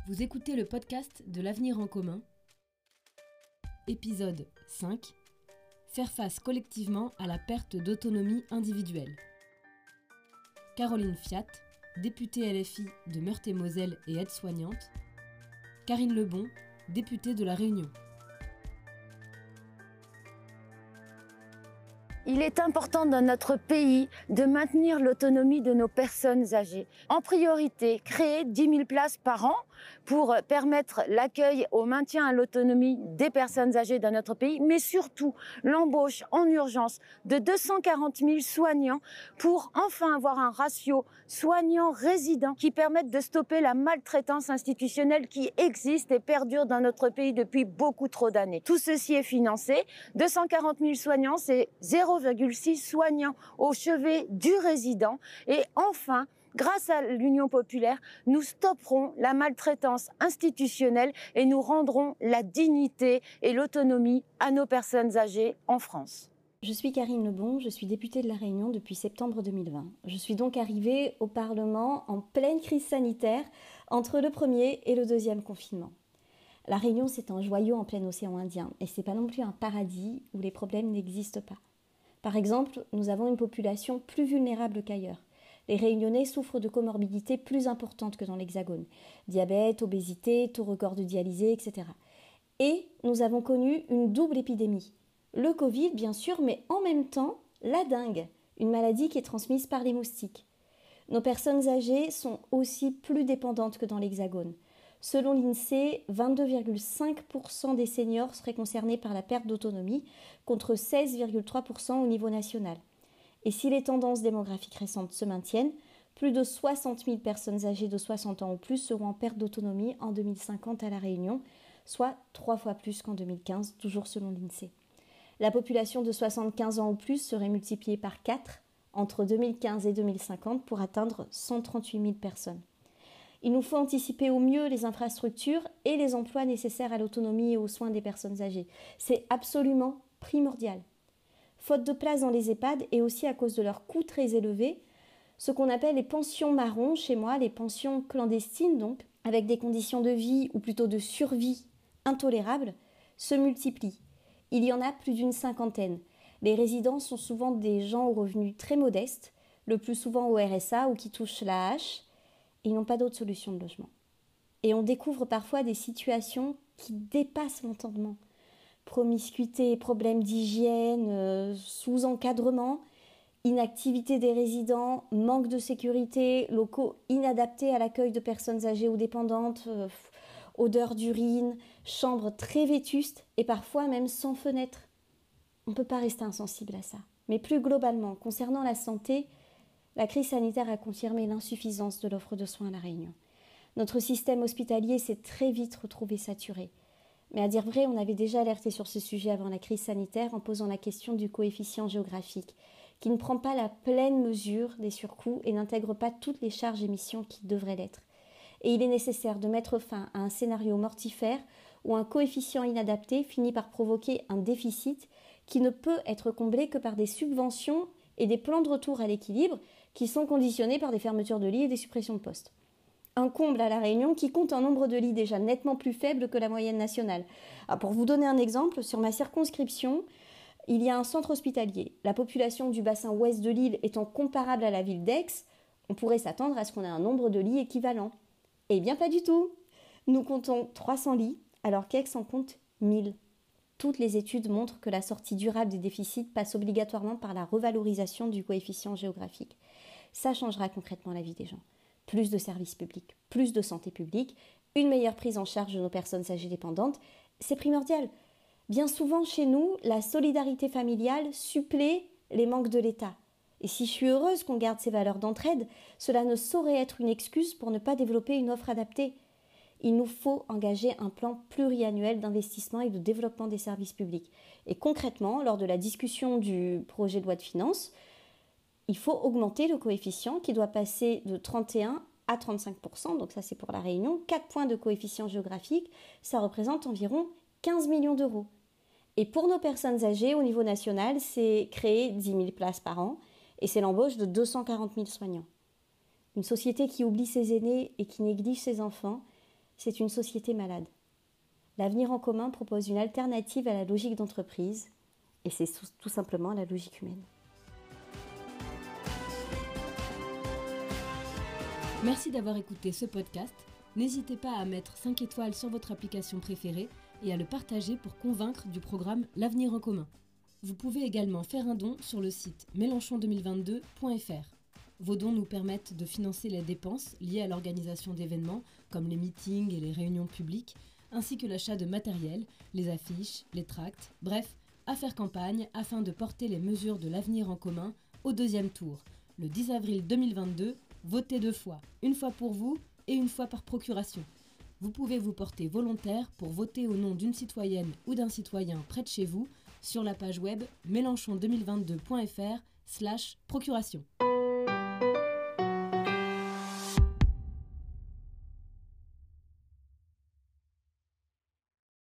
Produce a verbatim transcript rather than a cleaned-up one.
Vous écoutez le podcast de l'Avenir en commun, épisode cinq, faire face collectivement à la perte d'autonomie individuelle. Caroline Fiat, députée L F I de Meurthe-et-Moselle et aide-soignante. Karine Lebon, députée de La Réunion. Il est important dans notre pays de maintenir l'autonomie de nos personnes âgées. En priorité, créer dix mille places par an pour permettre l'accueil au maintien à l'autonomie des personnes âgées dans notre pays, mais surtout l'embauche en urgence de deux cent quarante mille soignants pour enfin avoir un ratio soignants-résidents qui permette de stopper la maltraitance institutionnelle qui existe et perdure dans notre pays depuis beaucoup trop d'années. Tout ceci est financé. deux cent quarante mille soignants, c'est zéro virgule six soignants au chevet du résident. Et enfin, grâce à l'Union populaire, nous stopperons la maltraitance institutionnelle et nous rendrons la dignité et l'autonomie à nos personnes âgées en France. Je suis Karine Lebon, je suis députée de La Réunion depuis septembre deux mille vingt. Je suis donc arrivée au Parlement en pleine crise sanitaire entre le premier et le deuxième confinement. La Réunion, c'est un joyau en plein océan Indien et c'est pas non plus un paradis où les problèmes n'existent pas. Par exemple, nous avons une population plus vulnérable qu'ailleurs. Les Réunionnais souffrent de comorbidités plus importantes que dans l'Hexagone. Diabète, obésité, taux record de dialysés, et cetera. Et nous avons connu une double épidémie. Le Covid, bien sûr, mais en même temps, la dengue, une maladie qui est transmise par les moustiques. Nos personnes âgées sont aussi plus dépendantes que dans l'Hexagone. Selon l'INSEE, vingt-deux virgule cinq pour cent des seniors seraient concernés par la perte d'autonomie, contre seize virgule trois pour cent au niveau national. Et si les tendances démographiques récentes se maintiennent, plus de soixante mille personnes âgées de soixante ans ou plus seront en perte d'autonomie en deux mille cinquante à La Réunion, soit trois fois plus qu'en deux mille quinze, toujours selon l'INSEE. La population de soixante-quinze ans ou plus serait multipliée par quatre entre deux mille quinze et deux mille cinquante pour atteindre cent trente-huit mille personnes. Il nous faut anticiper au mieux les infrastructures et les emplois nécessaires à l'autonomie et aux soins des personnes âgées. C'est absolument primordial. Faute de place dans les EHPAD et aussi à cause de leurs coûts très élevés, ce qu'on appelle les pensions marrons chez moi, les pensions clandestines donc, avec des conditions de vie ou plutôt de survie intolérables, se multiplient. Il y en a plus d'une cinquantaine. Les résidents sont souvent des gens aux revenus très modestes, le plus souvent au R S A ou qui touchent la hache, et ils n'ont pas d'autre solution de logement. Et on découvre parfois des situations qui dépassent l'entendement. Promiscuité, problèmes d'hygiène, euh, sous-encadrement, inactivité des résidents, manque de sécurité, locaux inadaptés à l'accueil de personnes âgées ou dépendantes, euh, odeur d'urine, chambres très vétustes et parfois même sans fenêtre. On ne peut pas rester insensible à ça. Mais plus globalement, concernant la santé, la crise sanitaire a confirmé l'insuffisance de l'offre de soins à La Réunion. Notre système hospitalier s'est très vite retrouvé saturé. Mais à dire vrai, on avait déjà alerté sur ce sujet avant la crise sanitaire en posant la question du coefficient géographique, qui ne prend pas la pleine mesure des surcoûts et n'intègre pas toutes les charges et missions qui devraient l'être. Et il est nécessaire de mettre fin à un scénario mortifère où un coefficient inadapté finit par provoquer un déficit qui ne peut être comblé que par des subventions et des plans de retour à l'équilibre qui sont conditionnés par des fermetures de lits et des suppressions de postes. Un comble à La Réunion qui compte un nombre de lits déjà nettement plus faible que la moyenne nationale. Alors pour vous donner un exemple, sur ma circonscription, il y a un centre hospitalier. La population du bassin ouest de l'île étant comparable à la ville d'Aix, on pourrait s'attendre à ce qu'on ait un nombre de lits équivalent. Eh bien pas du tout. Nous comptons trois cents lits, alors qu'Aix en compte mille. Toutes les études montrent que la sortie durable des déficits passe obligatoirement par la revalorisation du coefficient géographique. Ça changera concrètement la vie des gens. Plus de services publics, plus de santé publique, une meilleure prise en charge de nos personnes âgées dépendantes, c'est primordial. Bien souvent, chez nous, la solidarité familiale supplée les manques de l'État. Et si je suis heureuse qu'on garde ces valeurs d'entraide, cela ne saurait être une excuse pour ne pas développer une offre adaptée. Il nous faut engager un plan pluriannuel d'investissement et de développement des services publics. Et concrètement, lors de la discussion du projet de loi de finances, il faut augmenter le coefficient qui doit passer de trente et un à trente-cinq pour cent, donc ça c'est pour La Réunion, quatre points de coefficient géographique, ça représente environ quinze millions d'euros. Et pour nos personnes âgées, au niveau national, c'est créer dix mille places par an et c'est l'embauche de deux cent quarante mille soignants. Une société qui oublie ses aînés et qui néglige ses enfants, c'est une société malade. L'avenir en commun propose une alternative à la logique d'entreprise, et c'est tout simplement la logique humaine. Merci d'avoir écouté ce podcast. N'hésitez pas à mettre cinq étoiles sur votre application préférée et à le partager pour convaincre du programme L'Avenir en commun. Vous pouvez également faire un don sur le site mélenchon deux mille vingt-deux point f r. Vos dons nous permettent de financer les dépenses liées à l'organisation d'événements comme les meetings et les réunions publiques, ainsi que l'achat de matériel, les affiches, les tracts, bref, à faire campagne afin de porter les mesures de l'Avenir en commun au deuxième tour, le dix avril deux mille vingt-deux. Votez deux fois, une fois pour vous et une fois par procuration. Vous pouvez vous porter volontaire pour voter au nom d'une citoyenne ou d'un citoyen près de chez vous sur la page web mélenchon deux mille vingt-deux point f r slash procuration.